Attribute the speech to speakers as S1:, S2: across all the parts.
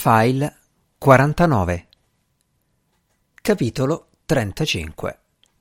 S1: File 49. Capitolo 35.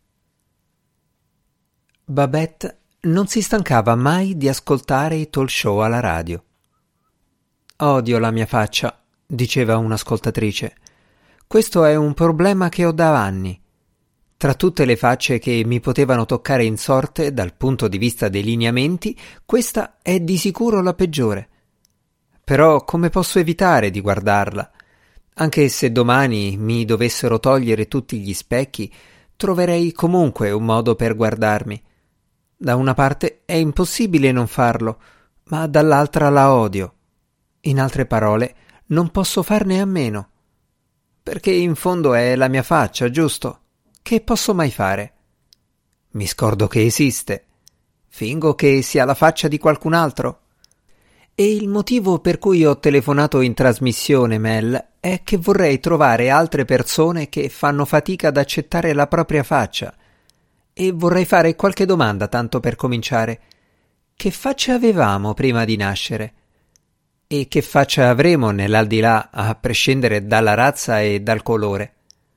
S1: Babette non si stancava mai di ascoltare i talk show alla radio. «Odio la mia faccia», diceva un'ascoltatrice. «Questo è un problema che ho da anni. Tra tutte le facce che mi potevano toccare in sorte dal punto di vista dei lineamenti, questa è di sicuro la peggiore. Però come posso evitare di guardarla? Anche se domani mi dovessero togliere tutti gli specchi, troverei comunque un modo per guardarmi. Da una parte è impossibile non farlo, ma dall'altra la odio. In altre parole, non posso farne a meno. Perché in fondo è la mia faccia, giusto? Che posso mai fare? Mi scordo che esiste. Fingo che sia la faccia di qualcun altro. E il motivo per cui ho telefonato in trasmissione, Mel, è che vorrei trovare altre persone che fanno fatica ad accettare la propria faccia. E vorrei fare qualche domanda tanto per cominciare. Che faccia avevamo prima di nascere? E che faccia avremo nell'aldilà, a prescindere dalla razza e dal colore?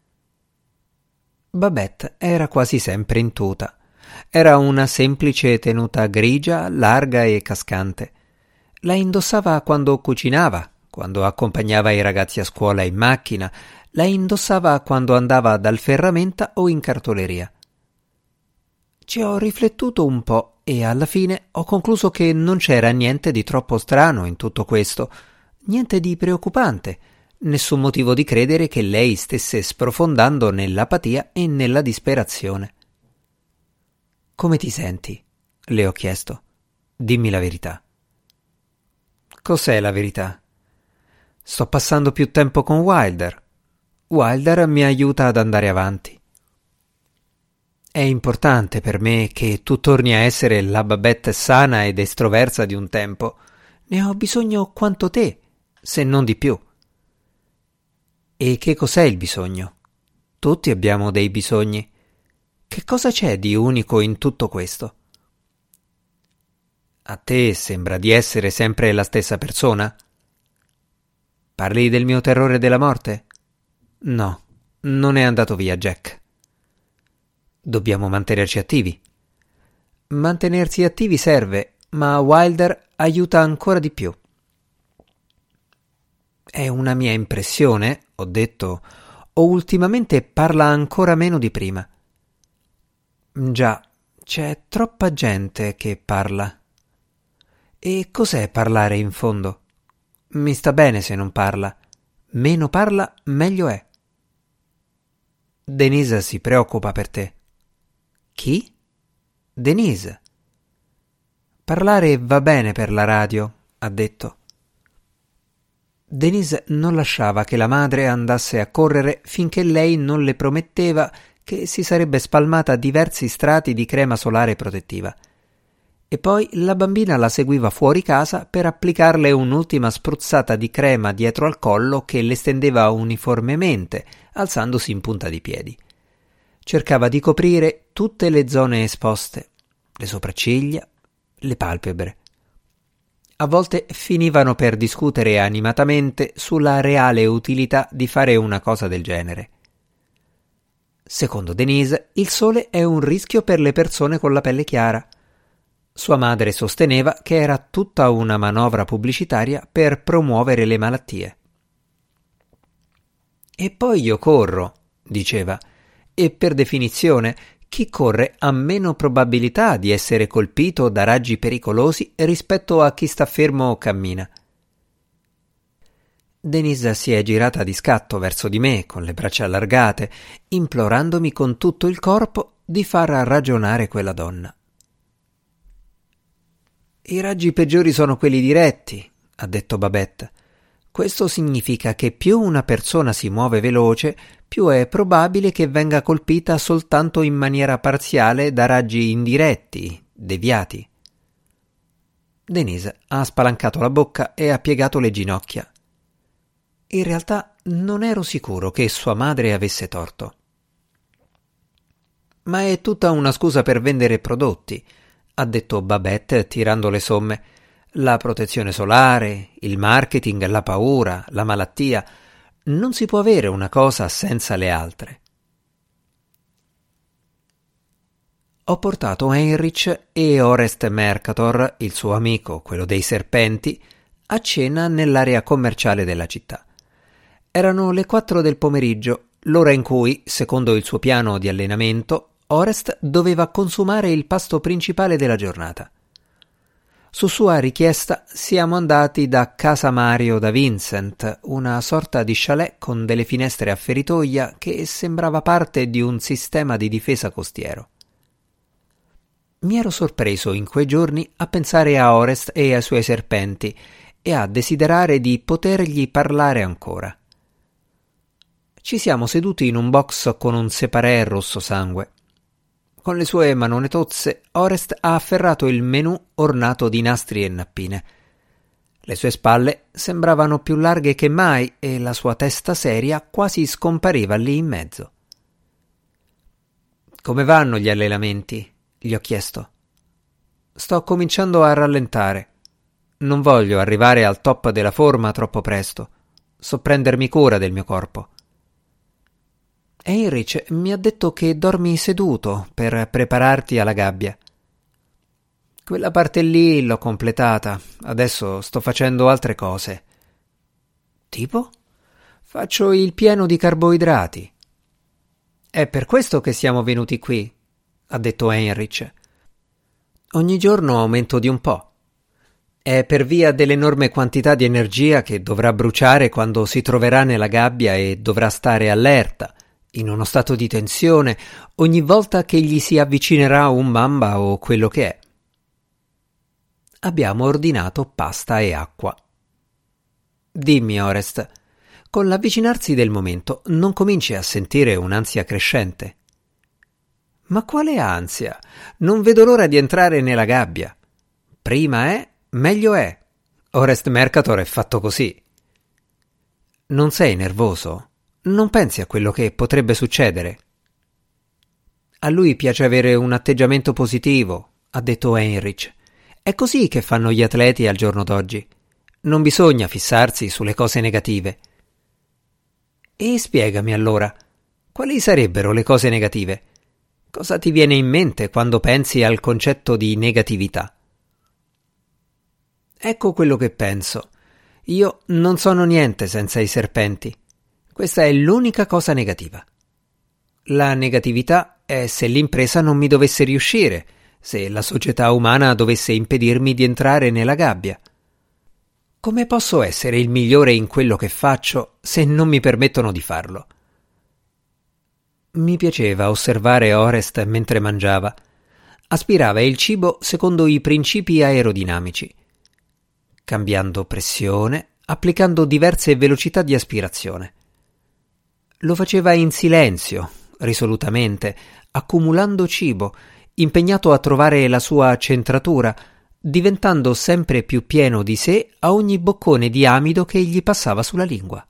S1: Babette era quasi sempre in tuta. Era una semplice tenuta grigia, larga e cascante. La indossava quando cucinava, quando accompagnava i ragazzi a scuola in macchina, la indossava quando andava dal ferramenta o in cartoleria. Ci ho riflettuto un po' e alla fine ho concluso che non c'era niente di troppo strano in tutto questo, niente di preoccupante, nessun motivo di credere che lei stesse sprofondando nell'apatia e nella disperazione. «Come ti senti?» le ho chiesto. «Dimmi la verità». «Cos'è la verità?» «Sto passando più tempo con Wilder. Wilder mi aiuta ad andare avanti. È importante per me che tu torni a essere la Babette sana ed estroversa di un tempo. Ne ho bisogno quanto te, se non di più». «E che cos'è il bisogno?» «Tutti abbiamo dei bisogni. Che cosa c'è di unico in tutto questo?» «A te sembra di essere sempre la stessa persona?» «Parli del mio terrore della morte?» «No, non è andato via, Jack». «Dobbiamo mantenerci attivi». «Mantenersi attivi serve, ma Wilder aiuta ancora di più». «È una mia impressione», ho detto, «o ultimamente parla ancora meno di prima». «Già, c'è troppa gente che parla». «E cos'è parlare in fondo?» «Mi sta bene se non parla. Meno parla, meglio è». «Denise si preoccupa per te». «Chi?» «Denise». «Parlare va bene per la radio», ha detto. Denise non lasciava che la madre andasse a correre finché lei non le prometteva che si sarebbe spalmata diversi strati di crema solare protettiva. E poi la bambina la seguiva fuori casa per applicarle un'ultima spruzzata di crema dietro al collo che le stendeva uniformemente, alzandosi in punta di piedi. Cercava di coprire tutte le zone esposte, le sopracciglia, le palpebre. A volte finivano per discutere animatamente sulla reale utilità di fare una cosa del genere. Secondo Denise, il sole è un rischio per le persone con la pelle chiara. Sua madre sosteneva che era tutta una manovra pubblicitaria per promuovere le malattie. «E poi io corro», diceva, «e per definizione chi corre ha meno probabilità di essere colpito da raggi pericolosi rispetto a chi sta fermo o cammina». Denise si è girata di scatto verso di me con le braccia allargate, implorandomi con tutto il corpo di far ragionare quella donna. «I raggi peggiori sono quelli diretti», ha detto Babette. «Questo significa che più una persona si muove veloce, più è probabile che venga colpita soltanto in maniera parziale da raggi indiretti, deviati». Denise ha spalancato la bocca e ha piegato le ginocchia. In realtà non ero sicuro che sua madre avesse torto. «Ma è tutta una scusa per vendere prodotti», ha detto Babette tirando le somme. La protezione solare, il marketing, la paura, la malattia. Non si può avere una cosa senza le altre. Ho portato Heinrich e Orest Mercator, il suo amico, quello dei serpenti, a cena nell'area commerciale della città. Erano le 4 del pomeriggio, l'ora in cui, secondo il suo piano di allenamento, Orest doveva consumare il pasto principale della giornata. Su sua richiesta siamo andati da Casa Mario da Vincent, una sorta di chalet con delle finestre a feritoia che sembrava parte di un sistema di difesa costiero. Mi ero sorpreso in quei giorni a pensare a Orest e ai suoi serpenti e a desiderare di potergli parlare ancora. Ci siamo seduti in un box con un separé rosso sangue. Con le sue manone tozze, Orest ha afferrato il menù ornato di nastri e nappine. Le sue spalle sembravano più larghe che mai e la sua testa seria quasi scompariva lì in mezzo. «Come vanno gli allenamenti?» gli ho chiesto. «Sto cominciando a rallentare. Non voglio arrivare al top della forma troppo presto. So prendermi cura del mio corpo». Heinrich mi ha detto che dormi seduto per prepararti alla gabbia. Quella parte lì l'ho completata. Adesso sto facendo altre cose. Tipo? Faccio il pieno di carboidrati. È per questo che siamo venuti qui, ha detto Heinrich. Ogni giorno aumento di un po'. È per via dell'enorme quantità di energia che dovrà bruciare quando si troverà nella gabbia e dovrà stare allerta, in uno stato di tensione, ogni volta che gli si avvicinerà un mamba o quello che è. Abbiamo ordinato pasta e acqua. Dimmi, Orest, con l'avvicinarsi del momento non cominci a sentire un'ansia crescente? Ma quale ansia? Non vedo l'ora di entrare nella gabbia. Prima è, meglio è. Orest Mercator è fatto così. Non sei nervoso? Non pensi a quello che potrebbe succedere? A lui piace avere un atteggiamento positivo, ha detto Heinrich. È così che fanno gli atleti al giorno d'oggi. Non bisogna fissarsi sulle cose negative. E spiegami allora, quali sarebbero le cose negative? Cosa ti viene in mente quando pensi al concetto di negatività? Ecco quello che penso. Io non sono niente senza i serpenti. Questa è l'unica cosa negativa. La negatività è se l'impresa non mi dovesse riuscire, se la società umana dovesse impedirmi di entrare nella gabbia. Come posso essere il migliore in quello che faccio se non mi permettono di farlo? Mi piaceva osservare Orest mentre mangiava. Aspirava il cibo secondo i principi aerodinamici, cambiando pressione, applicando diverse velocità di aspirazione. Lo faceva in silenzio, risolutamente, accumulando cibo, impegnato a trovare la sua centratura, diventando sempre più pieno di sé a ogni boccone di amido che gli passava sulla lingua.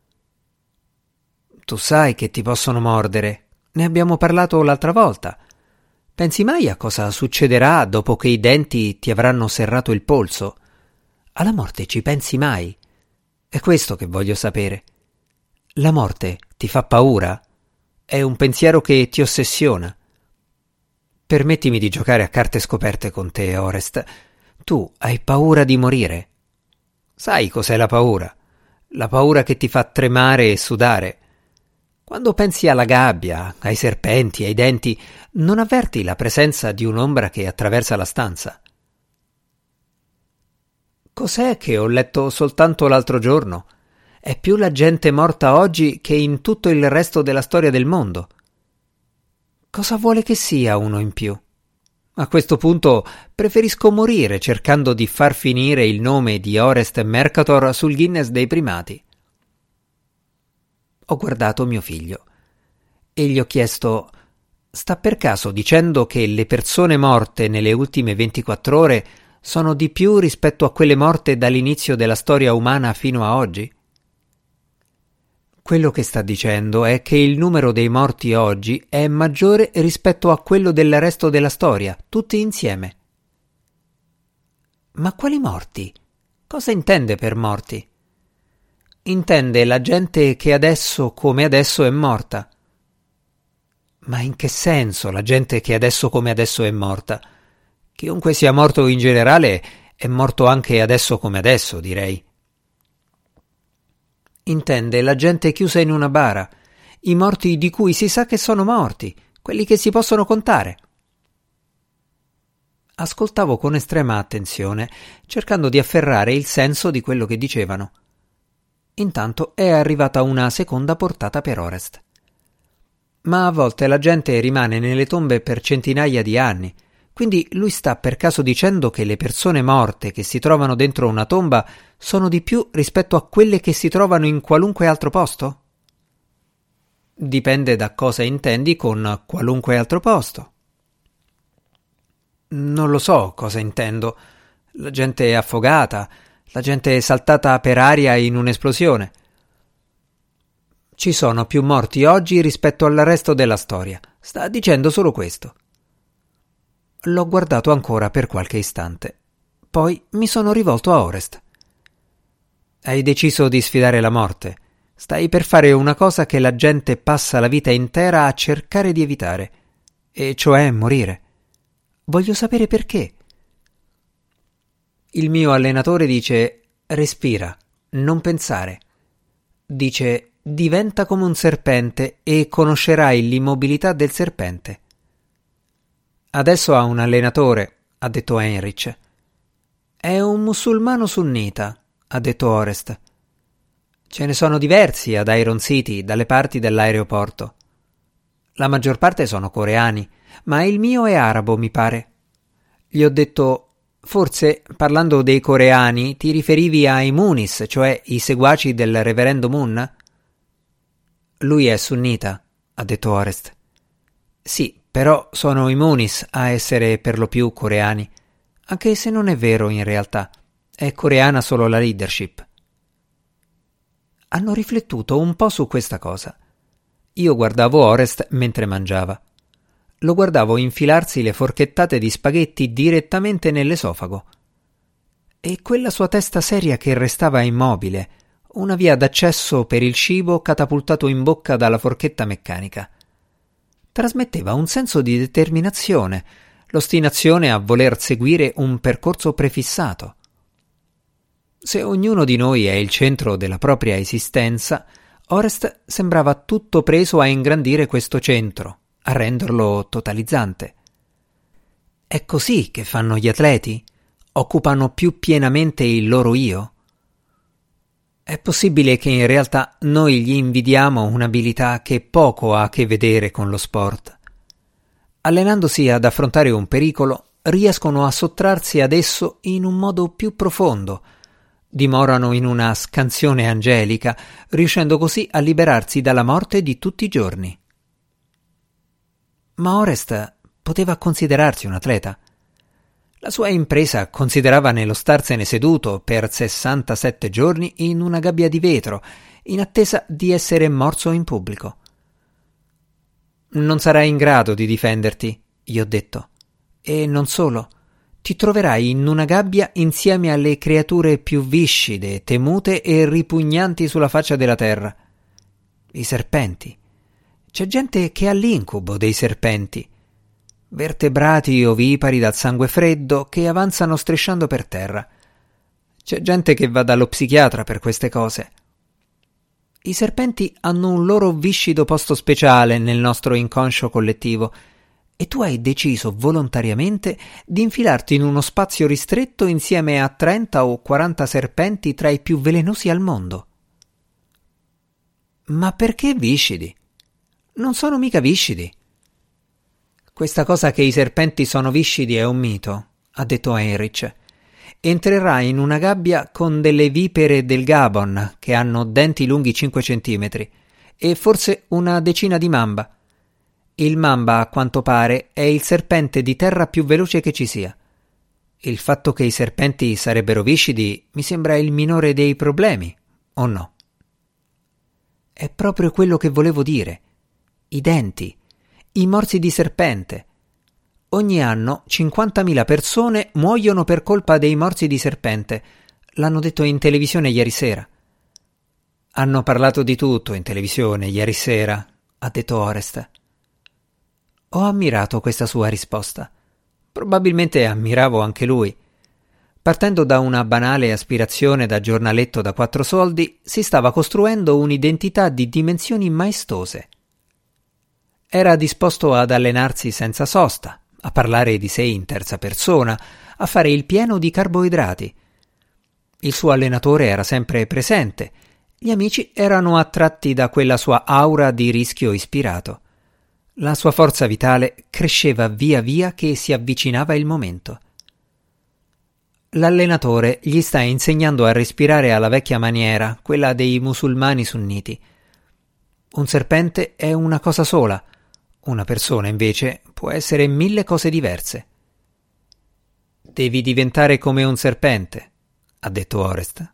S1: Tu sai che ti possono mordere. Ne abbiamo parlato l'altra volta. Pensi mai a cosa succederà dopo che i denti ti avranno serrato il polso? Alla morte ci pensi mai? È questo che voglio sapere. La morte ti fa paura? È un pensiero che ti ossessiona? Permettimi di giocare a carte scoperte con te, Orest. Tu hai paura di morire. Sai cos'è la paura? La paura che ti fa tremare e sudare. Quando pensi alla gabbia, ai serpenti, ai denti, non avverti la presenza di un'ombra che attraversa la stanza? Cos'è che ho letto soltanto l'altro giorno? È più la gente morta oggi che in tutto il resto della storia del mondo. Cosa vuole che sia uno in più? A questo punto preferisco morire cercando di far finire il nome di Orest Mercator sul Guinness dei primati. Ho guardato mio figlio e gli ho chiesto: sta per caso dicendo che le persone morte nelle ultime 24 ore sono di più rispetto a quelle morte dall'inizio della storia umana fino a oggi? Quello che sta dicendo è che il numero dei morti oggi è maggiore rispetto a quello del resto della storia, tutti insieme. Ma quali morti? Cosa intende per morti? Intende la gente che adesso come adesso è morta. Ma in che senso la gente che adesso come adesso è morta? Chiunque sia morto in generale è morto anche adesso come adesso, direi. Intende la gente chiusa in una bara, i morti di cui si sa che sono morti, quelli che si possono contare. Ascoltavo con estrema attenzione, cercando di afferrare il senso di quello che dicevano. Intanto è arrivata una seconda portata per Orest. Ma a volte la gente rimane nelle tombe per centinaia di anni, quindi lui sta per caso dicendo che le persone morte che si trovano dentro una tomba sono di più rispetto a quelle che si trovano in qualunque altro posto? Dipende da cosa intendi con qualunque altro posto. Non lo so cosa intendo. La gente è affogata, la gente è saltata per aria in un'esplosione. Ci sono più morti oggi rispetto al resto della storia. Sta dicendo solo questo. L'ho guardato ancora per qualche istante. Poi mi sono rivolto a Orest. Hai deciso di sfidare la morte. Stai per fare una cosa che la gente passa la vita intera a cercare di evitare, e cioè morire. Voglio sapere perché. Il mio allenatore dice: respira, non pensare. Dice: diventa come un serpente e conoscerai l'immobilità del serpente. Adesso ha un allenatore, ha detto Heinrich. È un musulmano sunnita, ha detto Orest. Ce ne sono diversi ad Iron City, dalle parti dell'aeroporto. La maggior parte sono coreani, ma il mio è arabo, mi pare. Gli ho detto: forse, parlando dei coreani, ti riferivi ai Munis, cioè i seguaci del reverendo Moon? Lui è sunnita, ha detto Orest. Sì, però sono i Munis a essere per lo più coreani, anche se non è vero in realtà. È coreana solo la leadership. Hanno riflettuto un po' su questa cosa. Io guardavo Orest mentre mangiava. Lo guardavo infilarsi le forchettate di spaghetti direttamente nell'esofago. E quella sua testa seria che restava immobile, una via d'accesso per il cibo catapultato in bocca dalla forchetta meccanica. Trasmetteva un senso di determinazione, l'ostinazione a voler seguire un percorso prefissato. Se ognuno di noi è il centro della propria esistenza, Orest sembrava tutto preso a ingrandire questo centro, a renderlo totalizzante. È così che fanno gli atleti? Occupano più pienamente il loro io? È possibile che in realtà noi gli invidiamo un'abilità che poco ha a che vedere con lo sport. Allenandosi ad affrontare un pericolo, riescono a sottrarsi ad esso in un modo più profondo, dimorano in una scansione angelica, riuscendo così a liberarsi dalla morte di tutti i giorni. Ma Orest poteva considerarsi un atleta. La sua impresa considerava nello starsene seduto per 67 giorni in una gabbia di vetro, in attesa di essere morso in pubblico. Non sarai in grado di difenderti, gli ho detto. E non solo. Ti troverai in una gabbia insieme alle creature più viscide, temute e ripugnanti sulla faccia della terra. I serpenti. C'è gente che ha l'incubo dei serpenti. Vertebrati ovipari dal sangue freddo che avanzano strisciando per terra. C'è gente che va dallo psichiatra per queste cose. I serpenti hanno un loro viscido posto speciale nel nostro inconscio collettivo, e tu hai deciso volontariamente di infilarti in uno spazio ristretto insieme a 30 o 40 serpenti tra i più velenosi al mondo. Ma perché viscidi? Non sono mica viscidi. Questa cosa che i serpenti sono viscidi è un mito, ha detto Heinrich. Entrerai in una gabbia con delle vipere del Gabon che hanno denti lunghi 5 centimetri e forse una decina di mamba. Il mamba, a quanto pare, è il serpente di terra più veloce che ci sia. Il fatto che i serpenti sarebbero viscidi mi sembra il minore dei problemi, o no? È proprio quello che volevo dire. I denti, i morsi di serpente. Ogni anno 50.000 persone muoiono per colpa dei morsi di serpente. L'hanno detto in televisione ieri sera. Hanno parlato di tutto in televisione ieri sera, ha detto Orest. Ho ammirato questa sua risposta. Probabilmente ammiravo anche lui. Partendo da una banale aspirazione da giornaletto da 4 soldi, si stava costruendo un'identità di dimensioni maestose. Era disposto ad allenarsi senza sosta, a parlare di sé in terza persona, a fare il pieno di carboidrati. Il suo allenatore era sempre presente. Gli amici erano attratti da quella sua aura di rischio ispirato. La sua forza vitale cresceva via via che si avvicinava il momento. L'allenatore gli sta insegnando a respirare alla vecchia maniera, quella dei musulmani sunniti. Un serpente è una cosa sola, una persona invece può essere 1000 cose diverse. Devi diventare come un serpente, ha detto Orest.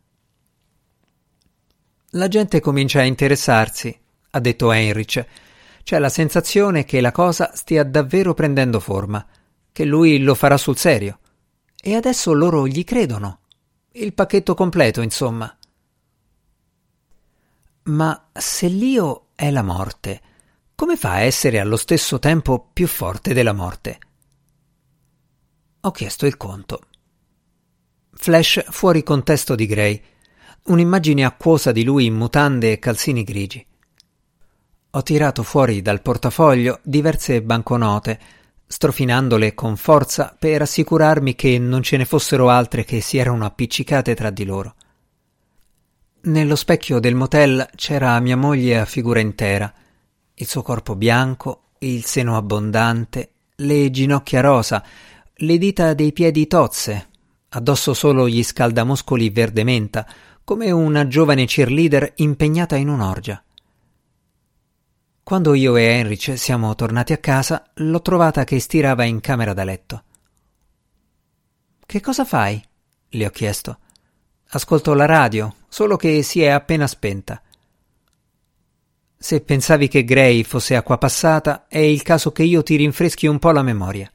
S1: La gente comincia a interessarsi, ha detto Heinrich. C'è la sensazione che la cosa stia davvero prendendo forma, che lui lo farà sul serio. E adesso loro gli credono. Il pacchetto completo, insomma. Ma se l'io è la morte, come fa a essere allo stesso tempo più forte della morte? Ho chiesto il conto. Flash fuori contesto di Gray. Un'immagine acquosa di lui in mutande e calzini grigi. Ho tirato fuori dal portafoglio diverse banconote, strofinandole con forza per assicurarmi che non ce ne fossero altre che si erano appiccicate tra di loro. Nello specchio del motel c'era mia moglie a figura intera, il suo corpo bianco, il seno abbondante, le ginocchia rosa, le dita dei piedi tozze, addosso solo gli scaldamuscoli verde menta, come una giovane cheerleader impegnata in un'orgia. Quando io e Heinrich siamo tornati a casa, l'ho trovata che stirava in camera da letto. «Che cosa fai?» le ho chiesto. «Ascolto la radio, solo che si è appena spenta». «Se pensavi che Gray fosse acqua passata, è il caso che io ti rinfreschi un po' la memoria».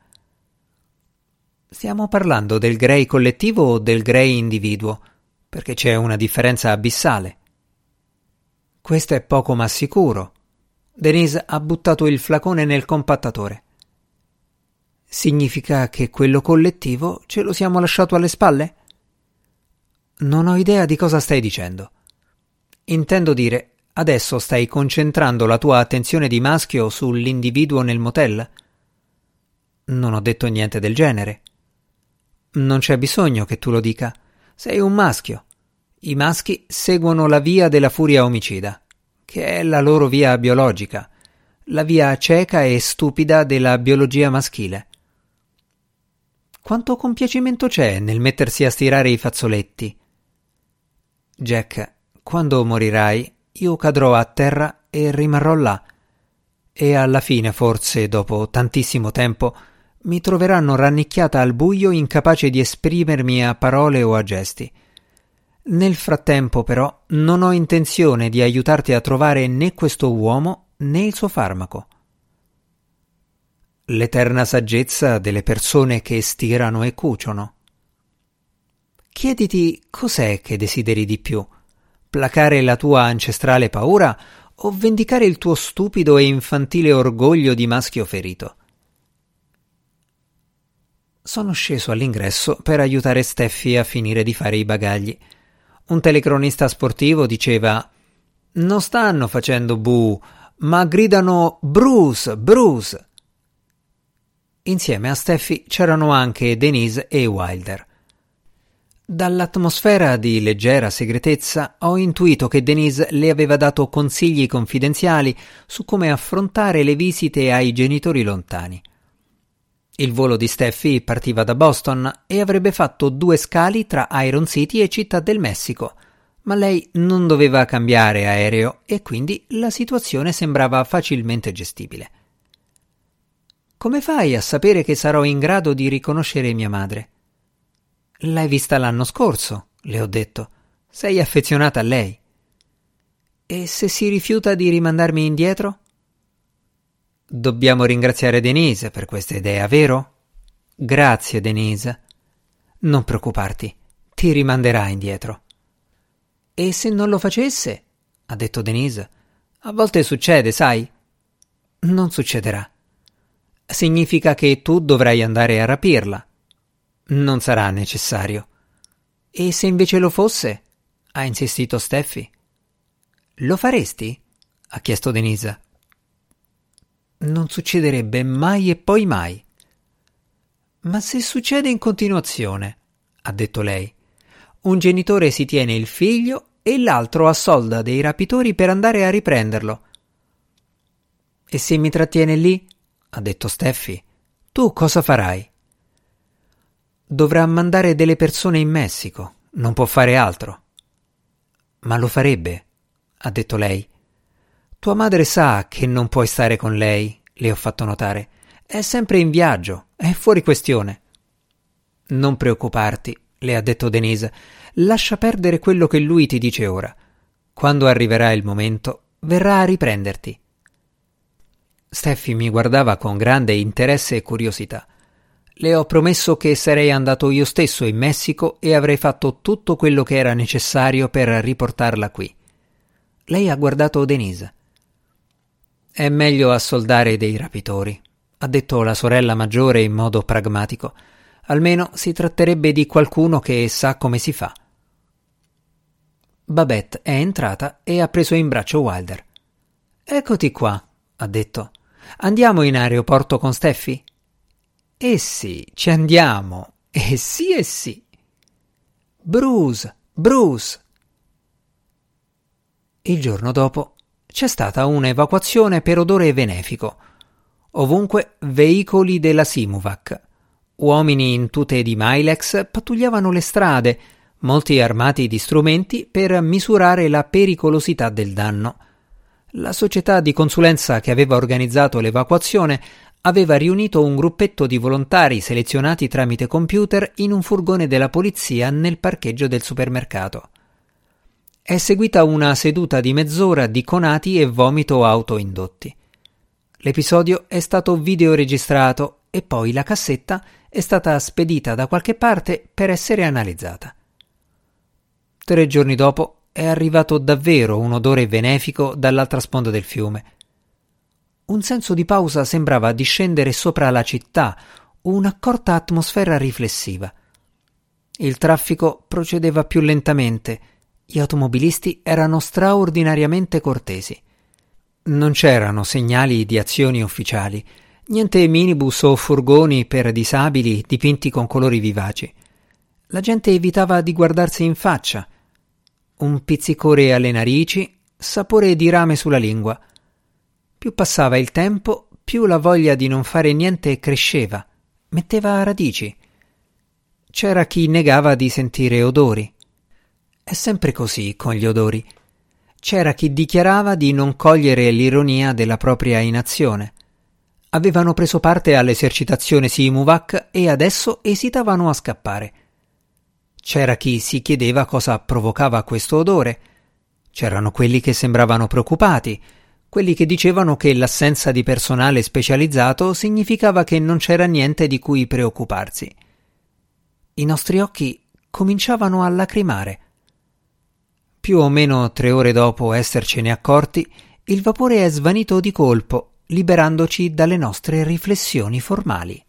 S1: «Stiamo parlando del Gray collettivo o del Gray individuo? Perché c'è una differenza abissale». «Questo è poco ma sicuro». Denise ha buttato il flacone nel compattatore. Significa che quello collettivo ce lo siamo lasciato alle spalle? Non ho idea di cosa stai dicendo. Intendo dire, adesso stai concentrando la tua attenzione di maschio sull'individuo nel motel? Non ho detto niente del genere. Non c'è bisogno che tu lo dica. Sei un maschio. I maschi seguono la via della furia omicida, che è la loro via biologica, la via cieca e stupida della biologia maschile. Quanto compiacimento c'è nel mettersi a stirare i fazzoletti? Jack, quando morirai, io cadrò a terra e rimarrò là, e alla fine, forse dopo tantissimo tempo, mi troveranno rannicchiata al buio, incapace di esprimermi a parole o a gesti. Nel frattempo, però, non ho intenzione di aiutarti a trovare né questo uomo né il suo farmaco. L'eterna saggezza delle persone che stirano e cuciono. Chiediti cos'è che desideri di più: placare la tua ancestrale paura o vendicare il tuo stupido e infantile orgoglio di maschio ferito? Sono sceso all'ingresso per aiutare Steffi a finire di fare i bagagli. Un telecronista sportivo diceva: «Non stanno facendo bu, ma gridano Bruce, Bruce». Insieme a Steffi c'erano anche Denise e Wilder. Dall'atmosfera di leggera segretezza ho intuito che Denise le aveva dato consigli confidenziali su come affrontare le visite ai genitori lontani. Il volo di Steffi partiva da Boston e avrebbe fatto 2 scali tra Iron City e Città del Messico, ma lei non doveva cambiare aereo e quindi la situazione sembrava facilmente gestibile. «Come fai a sapere che sarò in grado di riconoscere mia madre?» «L'hai vista l'anno scorso», le ho detto. «Sei affezionata a lei». «E se si rifiuta di rimandarmi indietro?» Dobbiamo ringraziare Denise per questa idea, vero? Grazie, Denise. Non preoccuparti, ti rimanderà indietro. E se non lo facesse? Ha detto Denise. A volte succede, sai? Non succederà. Significa che tu dovrai andare a rapirla. Non sarà necessario. E se invece lo fosse? Ha insistito Steffi. Lo faresti? Ha chiesto Denise. Non succederebbe mai e poi mai. Ma se succede in continuazione, ha detto lei. Un genitore si tiene il figlio e l'altro assolda dei rapitori per andare a riprenderlo. E se mi trattiene lì, ha detto Steffi, tu cosa farai? Dovrà mandare delle persone in Messico, non può fare altro. Ma lo farebbe, ha detto lei. Tua madre sa che non puoi stare con lei, le ho fatto notare. È sempre in viaggio, è fuori questione. Non preoccuparti, le ha detto Denise. Lascia perdere quello che lui ti dice ora. Quando arriverà il momento, verrà a riprenderti. Steffi mi guardava con grande interesse e curiosità. Le ho promesso che sarei andato io stesso in Messico e avrei fatto tutto quello che era necessario per riportarla qui. Lei ha guardato Denise. È meglio assoldare dei rapitori, ha detto la sorella maggiore in modo pragmatico. Almeno si tratterebbe di qualcuno che sa come si fa. Babette è entrata e ha preso in braccio Wilder. Eccoti qua, ha detto. Andiamo in aeroporto con Steffi? Sì, ci andiamo. Sì. Bruce. Il giorno dopo c'è stata un'evacuazione per odore benefico. Ovunque veicoli della Simovac. Uomini in tute di Milex pattugliavano le strade, molti armati di strumenti per misurare la pericolosità del danno. La società di consulenza che aveva organizzato l'evacuazione aveva riunito un gruppetto di volontari selezionati tramite computer in un furgone della polizia nel parcheggio del supermercato. È seguita una seduta di mezz'ora di conati e vomito autoindotti. L'episodio è stato videoregistrato e poi la cassetta è stata spedita da qualche parte per essere analizzata. 3 giorni dopo è arrivato davvero un odore benefico dall'altra sponda del fiume. Un senso di pausa sembrava discendere sopra la città, un'accorta atmosfera riflessiva. Il traffico procedeva più lentamente, gli automobilisti erano straordinariamente cortesi. Non c'erano segnali di azioni ufficiali, niente minibus o furgoni per disabili dipinti con colori vivaci. La gente evitava di guardarsi in faccia. Un pizzicore alle narici, sapore di rame sulla lingua. Più passava il tempo, più la voglia di non fare niente cresceva, metteva radici. C'era chi negava di sentire odori. È sempre così con gli odori. C'era chi dichiarava di non cogliere l'ironia della propria inazione. Avevano preso parte all'esercitazione Simovac e adesso esitavano a scappare. C'era chi si chiedeva cosa provocava questo odore. C'erano quelli che sembravano preoccupati, quelli che dicevano che l'assenza di personale specializzato significava che non c'era niente di cui preoccuparsi. I nostri occhi cominciavano a lacrimare. Più o meno 3 ore dopo essercene accorti, il vapore è svanito di colpo, liberandoci dalle nostre riflessioni formali.